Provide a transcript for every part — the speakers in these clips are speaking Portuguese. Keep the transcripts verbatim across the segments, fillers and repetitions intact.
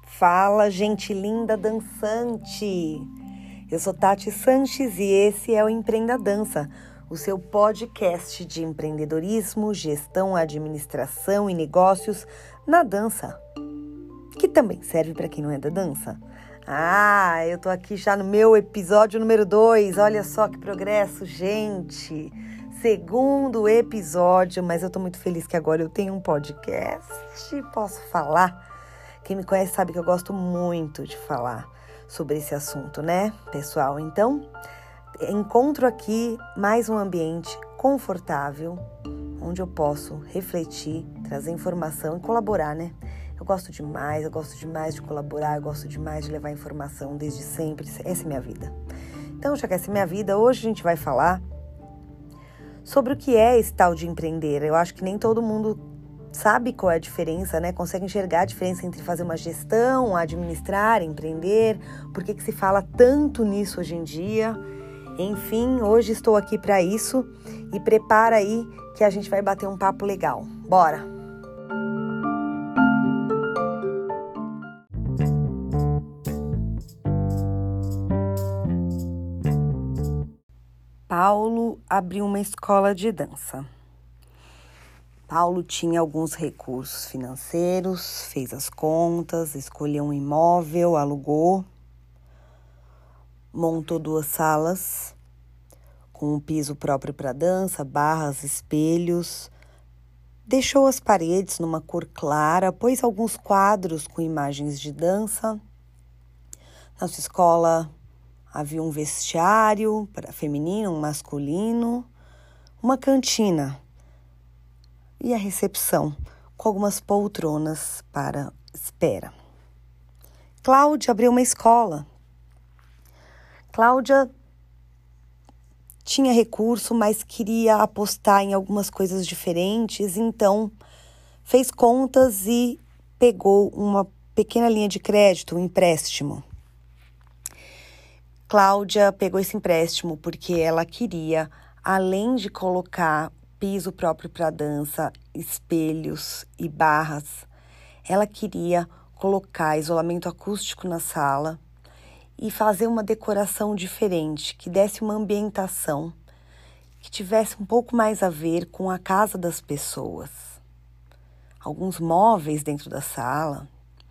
Fala, gente linda dançante! Eu sou Tati Sanches e esse é o Empreenda Dança, o seu podcast de empreendedorismo, gestão, administração e negócios na dança, que também serve para quem não é da dança. Ah, eu tô aqui já no meu episódio número dois, olha só que progresso, gente! Segundo episódio, mas eu tô muito feliz que agora eu tenho um podcast, posso falar. Quem me conhece sabe que eu gosto muito de falar sobre esse assunto, né, pessoal? Então, encontro aqui mais um ambiente confortável, onde eu posso refletir, trazer informação e colaborar, né? Eu gosto demais, eu gosto demais de colaborar, eu gosto demais de levar informação desde sempre, essa é minha vida. Então, já que essa é minha vida, hoje a gente vai falar sobre o que é esse tal de empreender. Eu acho que nem todo mundo sabe qual é a diferença, né? Consegue enxergar a diferença entre fazer uma gestão, administrar, empreender, por que que se fala tanto nisso hoje em dia. Enfim, hoje estou aqui para isso e prepara aí que a gente vai bater um papo legal. Bora! Paulo abriu uma escola de dança. Paulo tinha alguns recursos financeiros, fez as contas, escolheu um imóvel, alugou, montou duas salas com um piso próprio para dança, barras, espelhos, deixou as paredes numa cor clara, pôs alguns quadros com imagens de dança. Na sua escola havia um vestiário para feminino, um masculino, uma cantina e a recepção, com algumas poltronas para espera. Cláudia abriu uma escola. Cláudia tinha recurso, mas queria apostar em algumas coisas diferentes, então fez contas e pegou uma pequena linha de crédito, um empréstimo. Cláudia pegou esse empréstimo porque ela queria, além de colocar piso próprio para dança, espelhos e barras, ela queria colocar isolamento acústico na sala e fazer uma decoração diferente, que desse uma ambientação, que tivesse um pouco mais a ver com a casa das pessoas. Alguns móveis dentro da sala,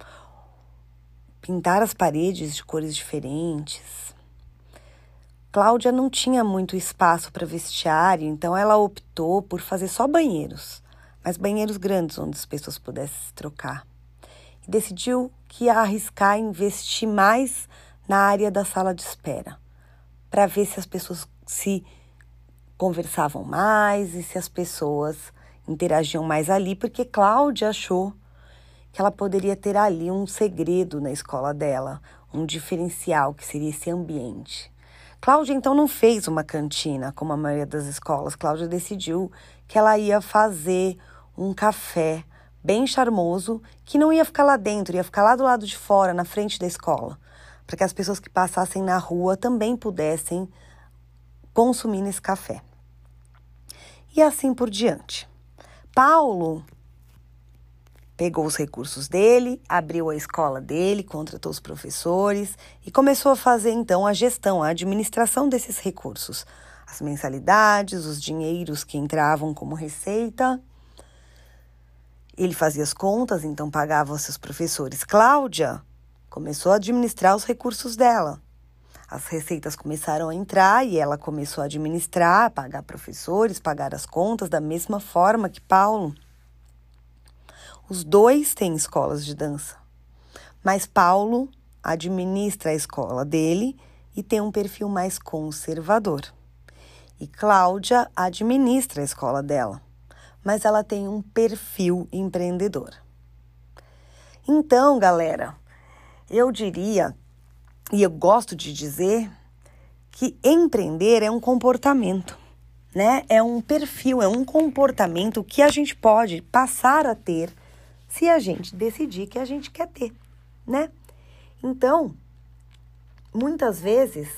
pintar as paredes de cores diferentes. Cláudia não tinha muito espaço para vestiário, então ela optou por fazer só banheiros, mas banheiros grandes onde as pessoas pudessem se trocar. E decidiu que ia arriscar investir mais na área da sala de espera, para ver se as pessoas se conversavam mais e se as pessoas interagiam mais ali, porque Cláudia achou que ela poderia ter ali um segredo na escola dela, um diferencial que seria esse ambiente. Cláudia, então, não fez uma cantina, como a maioria das escolas. Cláudia decidiu que ela ia fazer um café bem charmoso, que não ia ficar lá dentro, ia ficar lá do lado de fora, na frente da escola, para que as pessoas que passassem na rua também pudessem consumir nesse café. E assim por diante. Paulo pegou os recursos dele, abriu a escola dele, contratou os professores e começou a fazer, então, a gestão, a administração desses recursos. As mensalidades, os dinheiros que entravam como receita. Ele fazia as contas, então pagava os seus professores. Cláudia começou a administrar os recursos dela. As receitas começaram a entrar e ela começou a administrar, pagar professores, pagar as contas da mesma forma que Paulo. Os dois têm escolas de dança, mas Paulo administra a escola dele e tem um perfil mais conservador. E Cláudia administra a escola dela, mas ela tem um perfil empreendedor. Então, galera, eu diria, e eu gosto de dizer, que empreender é um comportamento, né? É um perfil, é um comportamento que a gente pode passar a ter se a gente decidir que a gente quer ter, né? Então, muitas vezes,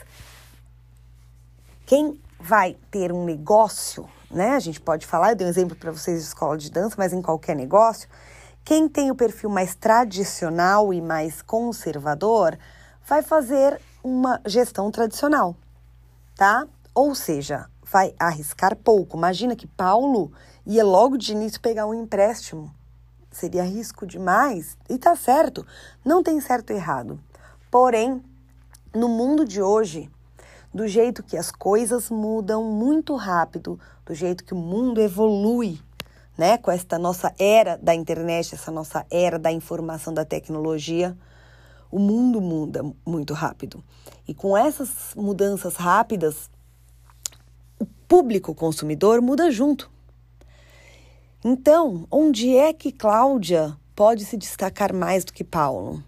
quem vai ter um negócio, né? A gente pode falar, eu dei um exemplo para vocês de escola de dança, mas em qualquer negócio, Quem tem o perfil mais tradicional e mais conservador vai fazer uma gestão tradicional, tá? Ou seja, vai arriscar pouco. Imagina que Paulo ia logo de início pegar um empréstimo. Seria risco demais. E tá certo, não tem certo e errado. Porém, no mundo de hoje, do jeito que as coisas mudam muito rápido, do jeito que o mundo evolui, né? Com esta nossa era da internet, essa nossa era da informação, da tecnologia, o mundo muda muito rápido. E com essas mudanças rápidas, o público consumidor muda junto. Então, onde é que Cláudia pode se destacar mais do que Paulo?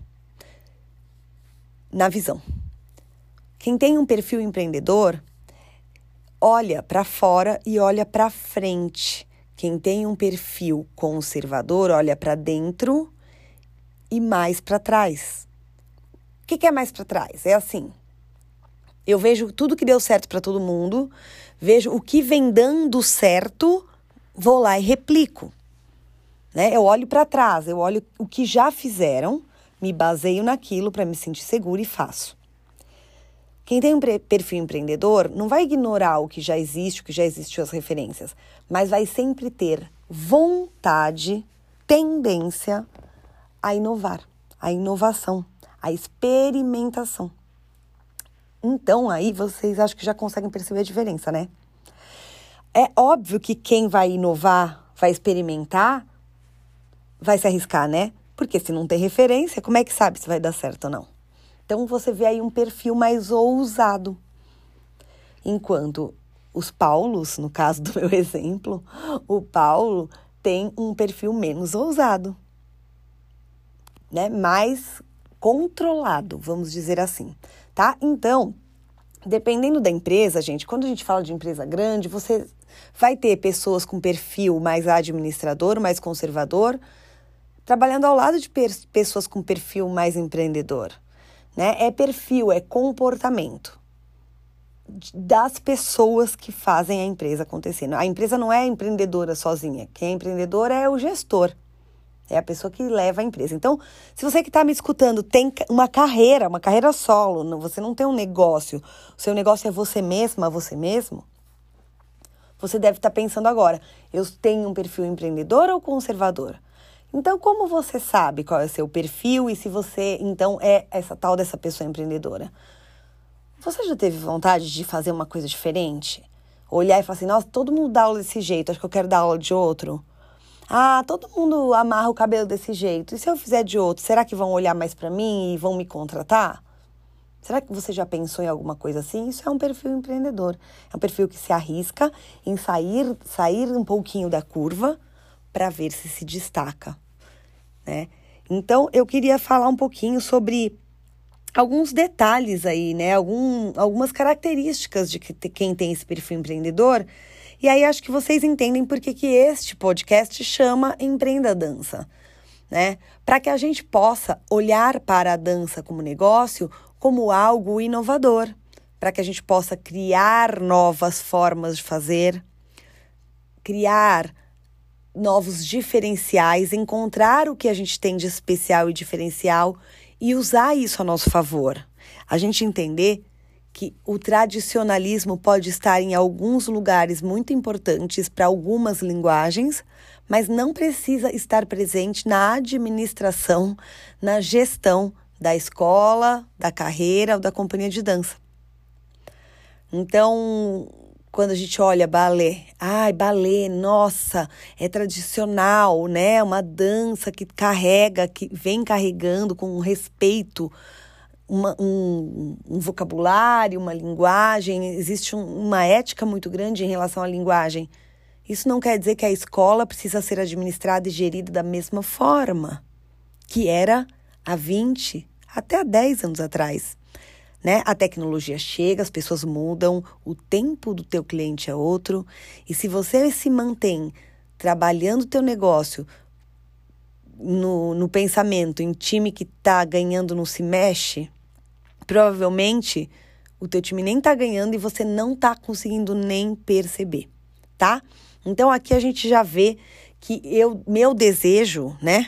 Na visão. Quem tem um perfil empreendedor, olha para fora e olha para frente. Quem tem um perfil conservador, olha para dentro e mais para trás. O que, que é mais para trás? É assim, eu vejo tudo que deu certo para todo mundo, vejo o que vem dando certo, vou lá e replico, né? Eu olho para trás, eu olho o que já fizeram, me baseio naquilo para me sentir segura e faço. Quem tem um perfil empreendedor não vai ignorar o que já existe, o que já existiu, as referências, mas vai sempre ter vontade, tendência a inovar, a inovação, a experimentação. Então, aí vocês acho que já conseguem perceber a diferença, né? É óbvio que quem vai inovar, vai experimentar, vai se arriscar, né? Porque se não tem referência, como é que sabe se vai dar certo ou não? Então, você vê aí um perfil mais ousado. Enquanto os Paulos, no caso do meu exemplo, o Paulo tem um perfil menos ousado, né? Mais controlado, vamos dizer assim, tá? Então, dependendo da empresa, gente, quando a gente fala de empresa grande, você vai ter pessoas com perfil mais administrador, mais conservador, trabalhando ao lado de per- pessoas com perfil mais empreendedor, né? É perfil, é comportamento das pessoas que fazem a empresa acontecer. A empresa não é empreendedora sozinha, quem é empreendedor é o gestor, é a pessoa que leva a empresa. Então, se você que está me escutando tem uma carreira, uma carreira solo, você não tem um negócio, o seu negócio é você mesma, você mesmo, você deve estar pensando agora, eu tenho um perfil empreendedor ou conservador? Então, como você sabe qual é o seu perfil e se você, então, é essa tal dessa pessoa empreendedora? Você já teve vontade de fazer uma coisa diferente? Olhar e falar assim, nossa, todo mundo dá aula desse jeito, acho que eu quero dar aula de outro. Ah, todo mundo amarra o cabelo desse jeito. E se eu fizer de outro, será que vão olhar mais para mim e vão me contratar? Será que você já pensou em alguma coisa assim? Isso é um perfil empreendedor. É um perfil que se arrisca em sair, sair um pouquinho da curva para ver se se destaca, né? Então, eu queria falar um pouquinho sobre alguns detalhes aí, né? Algum, algumas características de que, quem tem esse perfil empreendedor. E aí, acho que vocês entendem por que que este podcast chama Empreenda Dança, né? Para que a gente possa olhar para a dança como negócio como algo inovador, para que a gente possa criar novas formas de fazer, criar novos diferenciais, encontrar o que a gente tem de especial e diferencial e usar isso a nosso favor. A gente entender que o tradicionalismo pode estar em alguns lugares muito importantes para algumas linguagens, mas não precisa estar presente na administração, na gestão da escola, da carreira ou da companhia de dança. Então, quando a gente olha balé, ai, balé, nossa, é tradicional, né? Uma dança que carrega, que vem carregando com respeito, uma, um, um vocabulário, uma linguagem, existe um, uma ética muito grande em relação à linguagem. Isso não quer dizer que a escola precisa ser administrada e gerida da mesma forma que era há vinte, até há dez anos atrás. Né? A tecnologia chega, as pessoas mudam, o tempo do teu cliente é outro. E se você se mantém trabalhando o teu negócio no, no pensamento, em time que está ganhando não se mexe, provavelmente o teu time nem está ganhando e você não está conseguindo nem perceber, tá? Então aqui a gente já vê que eu, meu desejo, né?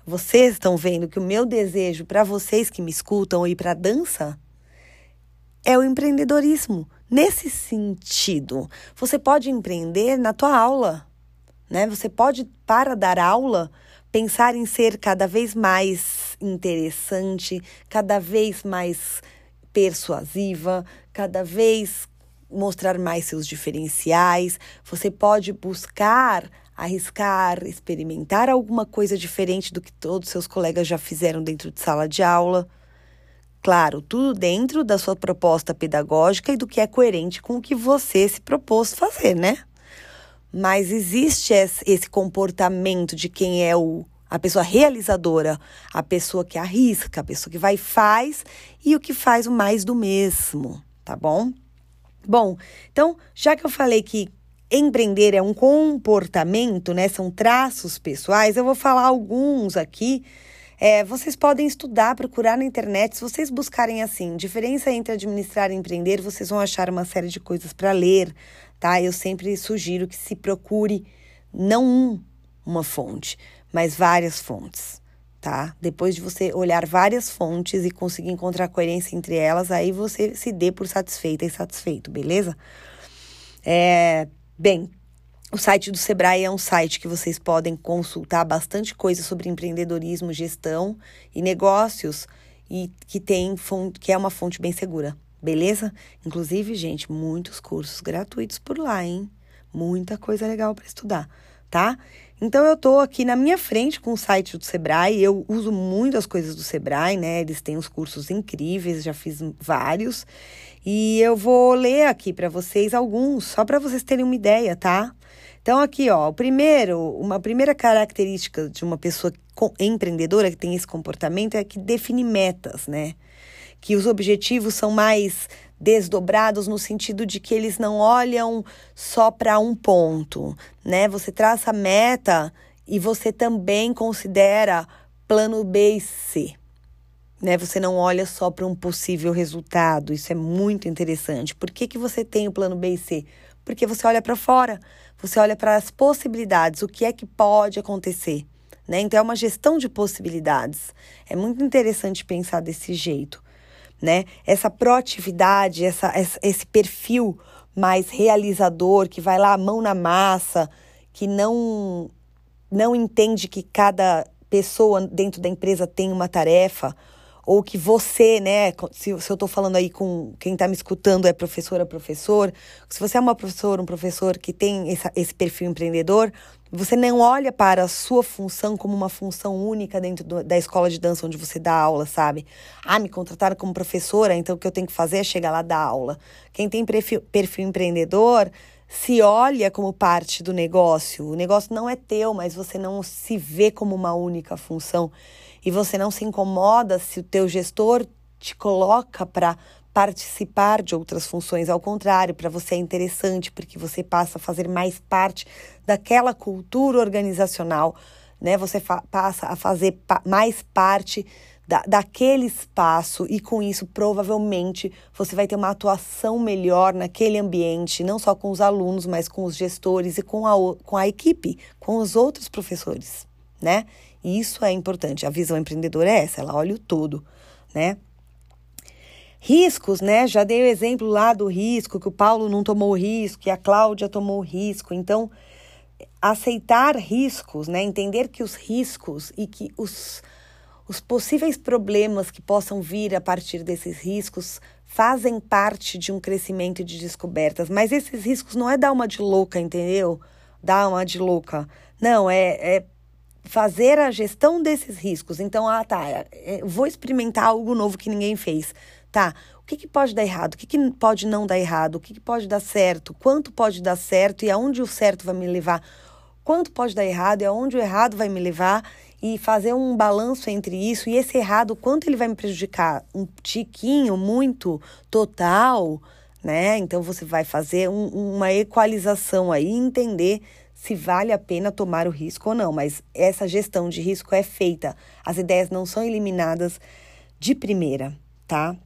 vocês estão vendo que o meu desejo para vocês que me escutam e para a dança é o empreendedorismo. Nesse sentido, você pode empreender na tua aula, né? Você pode, para dar aula, pensar em ser cada vez mais interessante, cada vez mais persuasiva, cada vez mostrar mais seus diferenciais. Você pode buscar, arriscar, experimentar alguma coisa diferente do que todos seus colegas já fizeram dentro de sala de aula. Claro, tudo dentro da sua proposta pedagógica e do que é coerente com o que você se propôs fazer, né? Mas existe esse comportamento de quem é o, a pessoa realizadora, a pessoa que arrisca, a pessoa que vai e faz, e o que faz o mais do mesmo, tá bom? Bom, então, já que eu falei que empreender é um comportamento, né? São traços pessoais, eu vou falar alguns aqui. É, vocês podem estudar, procurar na internet. Se vocês buscarem assim, diferença entre administrar e empreender, vocês vão achar uma série de coisas para ler, tá? Eu sempre sugiro que se procure não um, uma fonte, mas várias fontes, tá? Depois de você olhar várias fontes e conseguir encontrar coerência entre elas, aí você se dê por satisfeita e satisfeito, beleza? É, bem... O site do Sebrae é um site que vocês podem consultar bastante coisa sobre empreendedorismo, gestão e negócios e que, tem fonte, que é uma fonte bem segura, beleza? Inclusive, gente, muitos cursos gratuitos por lá, hein? Muita coisa legal para estudar, tá? Então, eu tô aqui na minha frente com o site do Sebrae, eu uso muito as coisas do Sebrae, né? Eles têm uns cursos incríveis, já fiz vários. E eu vou ler aqui para vocês alguns, só para vocês terem uma ideia, tá? Então, aqui, ó, o primeiro, uma primeira característica de uma pessoa empreendedora que tem esse comportamento é que define metas, né? Que os objetivos são mais desdobrados no sentido de que eles não olham só para um ponto, né? Você traça a meta e você também considera plano B e C, né? Você não olha só para um possível resultado. Isso é muito interessante. Por que que você tem o plano B e C? Porque você olha para fora, você olha para as possibilidades, o que é que pode acontecer, né? Então, é uma gestão de possibilidades. É muito interessante pensar desse jeito, né? Essa proatividade, essa, essa, esse perfil mais realizador, que vai lá, a mão na massa, que não, não entende que cada pessoa dentro da empresa tem uma tarefa, ou que você, né, se, se eu estou falando aí com quem está me escutando é professora, professor, se você é uma professora, um professor que tem esse, esse perfil empreendedor, você não olha para a sua função como uma função única dentro do, da escola de dança onde você dá aula, sabe? Ah, me contrataram como professora, então o que eu tenho que fazer é chegar lá e dar aula. Quem tem perfil, perfil empreendedor se olha como parte do negócio. O negócio não é teu, mas você não se vê como uma única função. E você não se incomoda se o teu gestor te coloca para participar de outras funções. Ao contrário, para você é interessante, porque você passa a fazer mais parte daquela cultura organizacional, né? Você fa- passa a fazer pa- mais parte da, daquele espaço e, com isso, provavelmente, você vai ter uma atuação melhor naquele ambiente, não só com os alunos, mas com os gestores e com a, com a equipe, com os outros professores, né? E isso é importante. A visão empreendedora é essa, ela olha o todo, né? Riscos, né? Já dei o exemplo lá do risco, que o Paulo não tomou o risco, que a Cláudia tomou o risco. Então, aceitar riscos, né? Entender que os riscos e que os, os possíveis problemas que possam vir a partir desses riscos fazem parte de um crescimento de descobertas. Mas esses riscos não é dar uma de louca, entendeu? Dar uma de louca. Não, é... é fazer a gestão desses riscos. Então, ah, tá, eu vou experimentar algo novo que ninguém fez. Tá, o que, que pode dar errado? O que, que pode não dar errado? O que, que pode dar certo? Quanto pode dar certo e aonde o certo vai me levar? Quanto pode dar errado e aonde o errado vai me levar? E fazer um balanço entre isso e esse errado, quanto ele vai me prejudicar? Um tiquinho, muito, total, né? Então, você vai fazer um, uma equalização aí e entender se vale a pena tomar o risco ou não, mas essa gestão de risco é feita. As ideias não são eliminadas de primeira, tá?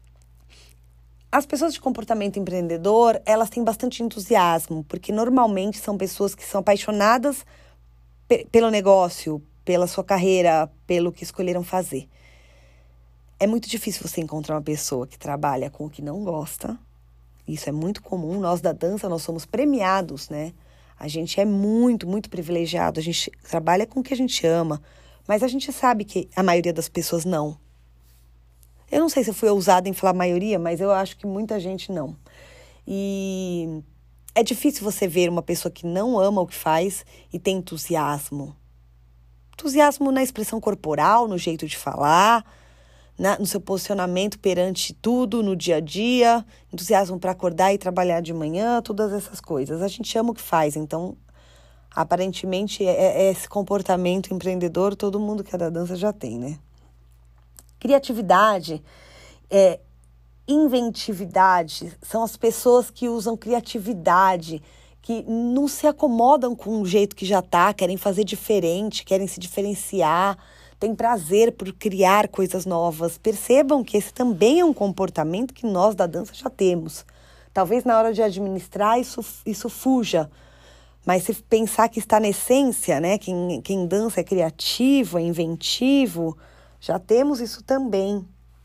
As pessoas de comportamento empreendedor, elas têm bastante entusiasmo, porque normalmente são pessoas que são apaixonadas pe- pelo negócio, pela sua carreira, pelo que escolheram fazer. É muito difícil você encontrar uma pessoa que trabalha com o que não gosta. Isso é muito comum. Nós da dança, nós somos premiados, né? A gente é muito, muito privilegiado. A gente trabalha com o que a gente ama. Mas a gente sabe que a maioria das pessoas não. Eu não sei se eu fui ousada em falar maioria, mas eu acho que muita gente não. E é difícil você ver uma pessoa que não ama o que faz e tem entusiasmo. Entusiasmo na expressão corporal, no jeito de falar, na, no seu posicionamento perante tudo, no dia a dia. Entusiasmo para acordar e trabalhar de manhã, todas essas coisas. A gente ama o que faz, então, aparentemente, é, é esse comportamento empreendedor todo mundo que é da dança já tem, né? Criatividade, é, inventividade, são as pessoas que usam criatividade, que não se acomodam com o jeito que já tá, querem fazer diferente, querem se diferenciar, têm prazer por criar coisas novas. Percebam que esse também é um comportamento que nós da dança já temos. Talvez na hora de administrar isso, isso fuja, mas se pensar que está na essência, né? Quem, quem dança é criativo, é inventivo, já temos isso também.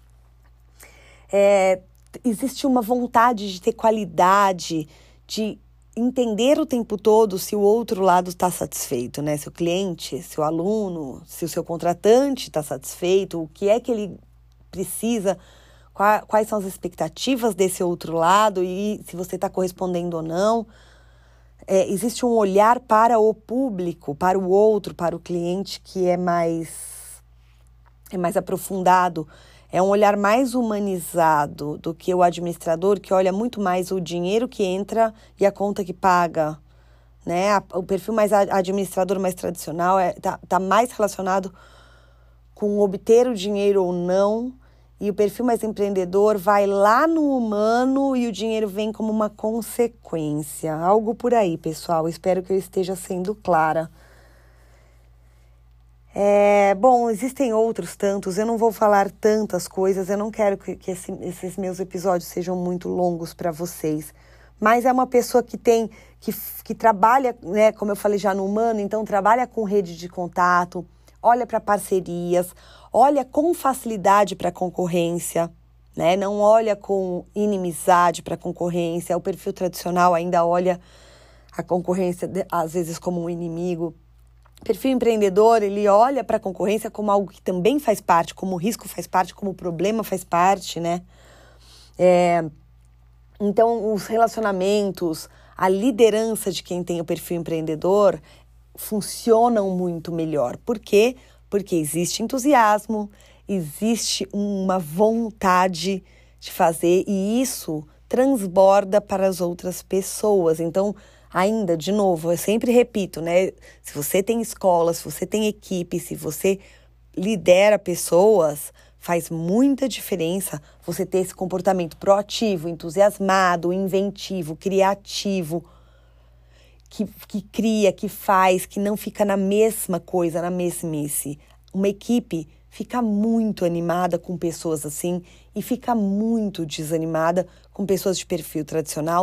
É, existe uma vontade de ter qualidade, de entender o tempo todo se o outro lado está satisfeito, né? Se o cliente, se o aluno, se o seu contratante está satisfeito, o que é que ele precisa, quais, quais são as expectativas desse outro lado e se você está correspondendo ou não. É, existe um olhar para o público, para o outro, para o cliente que é mais... é mais aprofundado, é um olhar mais humanizado do que o administrador, que olha muito mais o dinheiro que entra e a conta que paga, né? O perfil mais administrador, mais tradicional, é, tá, tá mais relacionado com obter o dinheiro ou não, e o perfil mais empreendedor vai lá no humano e o dinheiro vem como uma consequência. Algo por aí, pessoal. Espero que eu esteja sendo clara. É, bom, existem outros tantos, eu não vou falar tantas coisas, eu não quero que, que esse, esses meus episódios sejam muito longos para vocês, mas é uma pessoa que tem, que, que trabalha, né, como eu falei já no humano, então trabalha com rede de contato, olha para parcerias, olha com facilidade para concorrência, né, não olha com inimizade para concorrência. O perfil tradicional ainda olha a concorrência às vezes como um inimigo. O perfil empreendedor, ele olha para a concorrência como algo que também faz parte, como o risco faz parte, como o problema faz parte, né? É, então, os relacionamentos, a liderança de quem tem o perfil empreendedor funcionam muito melhor. Por quê? Porque existe entusiasmo, existe uma vontade de fazer e isso transborda para as outras pessoas. Então, ainda, de novo, eu sempre repito, né? Se você tem escola, se você tem equipe, se você lidera pessoas, faz muita diferença você ter esse comportamento proativo, entusiasmado, inventivo, criativo, que, que cria, que faz, que não fica na mesma coisa, na mesmice. Uma equipe fica muito animada com pessoas assim e fica muito desanimada com pessoas de perfil tradicional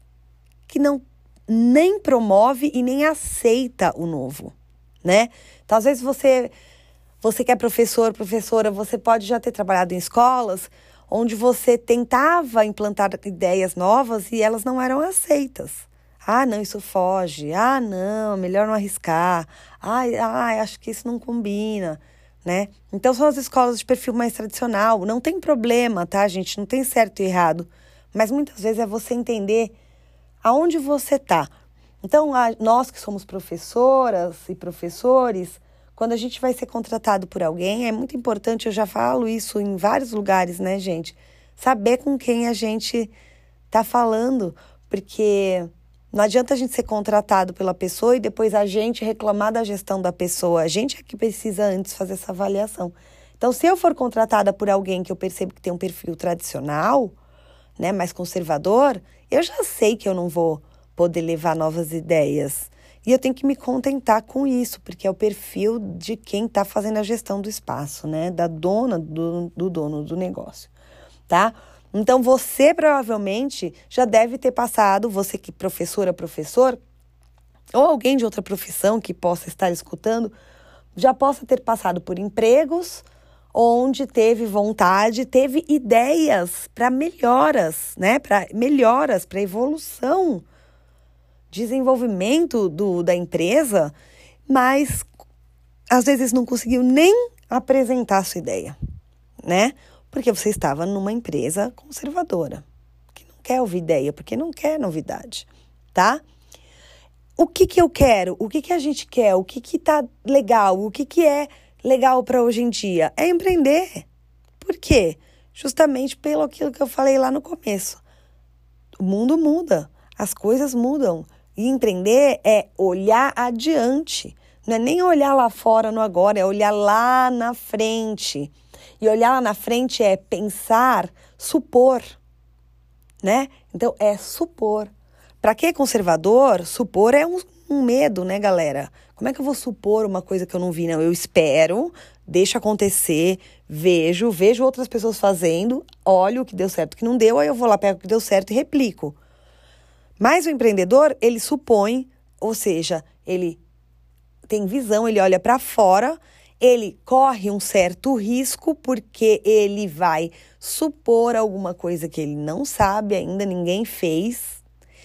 que não nem promove e nem aceita o novo, né? Então, às vezes você, você que é professor, professora, você pode já ter trabalhado em escolas onde você tentava implantar ideias novas e elas não eram aceitas. Ah, não, isso foge. Ah, não, melhor não arriscar. Ai, ai, acho que isso não combina, né? Então, são as escolas de perfil mais tradicional. Não tem problema, tá, gente? Não tem certo e errado. Mas muitas vezes é você entender aonde você está. Então, a, nós que somos professoras e professores, quando a gente vai ser contratado por alguém, é muito importante, eu já falo isso em vários lugares, né, gente? Saber com quem a gente está falando, porque não adianta a gente ser contratado pela pessoa e depois a gente reclamar da gestão da pessoa. A gente é que precisa antes fazer essa avaliação. Então, se eu for contratada por alguém que eu percebo que tem um perfil tradicional, né, mais conservador, eu já sei que eu não vou poder levar novas ideias. E eu tenho que me contentar com isso, porque é o perfil de quem está fazendo a gestão do espaço, né, da dona, do, do dono do negócio, tá? Então, você provavelmente já deve ter passado, você que professora, professor, ou alguém de outra profissão que possa estar escutando, já possa ter passado por empregos onde teve vontade, teve ideias para melhoras, né? Para melhoras, para evolução, desenvolvimento do, da empresa, mas às vezes não conseguiu nem apresentar a sua ideia, né? Porque você estava numa empresa conservadora, que não quer ouvir ideia, porque não quer novidade, tá? O que que eu quero? O que que a gente quer? O que que tá legal? O que que é legal para hoje em dia? É empreender. Por quê? Justamente pelo aquilo que eu falei lá no começo. O mundo muda, as coisas mudam. E empreender é olhar adiante. Não é nem olhar lá fora no agora, é olhar lá na frente. E olhar lá na frente é pensar, supor, né? Então, é supor. Para quem é conservador, supor é um, um medo, né, galera? Como é que eu vou supor uma coisa que eu não vi? Não, eu espero, deixo acontecer, vejo, vejo outras pessoas fazendo, olho o que deu certo, o que não deu, aí eu vou lá, pego o que deu certo e replico. Mas o empreendedor, ele supõe, ou seja, ele tem visão, ele olha para fora, ele corre um certo risco porque ele vai supor alguma coisa que ele não sabe, ainda ninguém fez,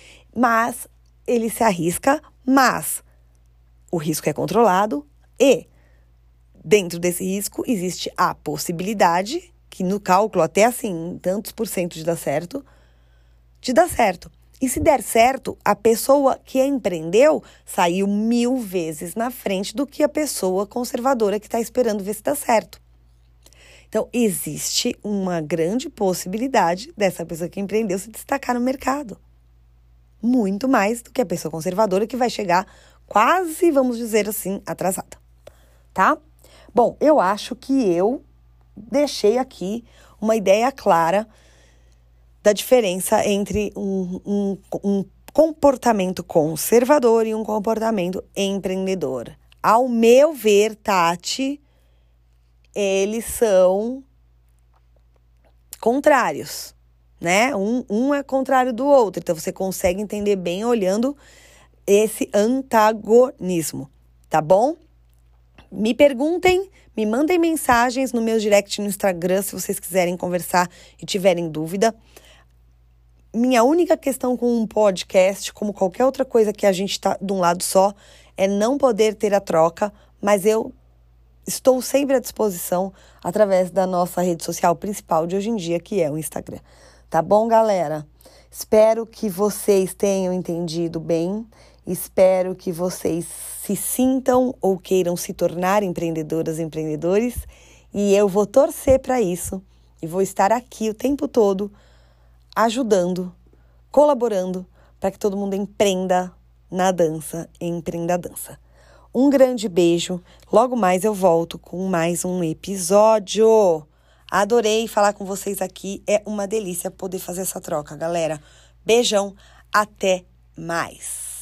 mas ele se arrisca, mas o risco é controlado e dentro desse risco existe a possibilidade, que no cálculo até assim, tantos por cento de dar certo, de dar certo. E se der certo, a pessoa que empreendeu saiu mil vezes na frente do que a pessoa conservadora que está esperando ver se dá certo. Então, existe uma grande possibilidade dessa pessoa que empreendeu se destacar no mercado. Muito mais do que a pessoa conservadora que vai chegar quase, vamos dizer assim, atrasada. Tá? Bom, eu acho que eu deixei aqui uma ideia clara da diferença entre um, um, um comportamento conservador e um comportamento empreendedor. Ao meu ver, Tati, eles são contrários, né? Um, um é contrário do outro, então você consegue entender bem olhando esse antagonismo, tá bom? Me perguntem, me mandem mensagens no meu direct no Instagram se vocês quiserem conversar e tiverem dúvida. Minha única questão com um podcast, como qualquer outra coisa que a gente está de um lado só, é não poder ter a troca, mas eu estou sempre à disposição através da nossa rede social principal de hoje em dia, que é o Instagram. Tá bom, galera? Espero que vocês tenham entendido bem, espero que vocês se sintam ou queiram se tornar empreendedoras e empreendedores, e eu vou torcer para isso e vou estar aqui o tempo todo ajudando, colaborando para que todo mundo empreenda na dança e empreenda a dança. Um grande beijo. Logo mais eu volto com mais um episódio. Adorei falar com vocês aqui. É uma delícia poder fazer essa troca, galera. Beijão. Até mais.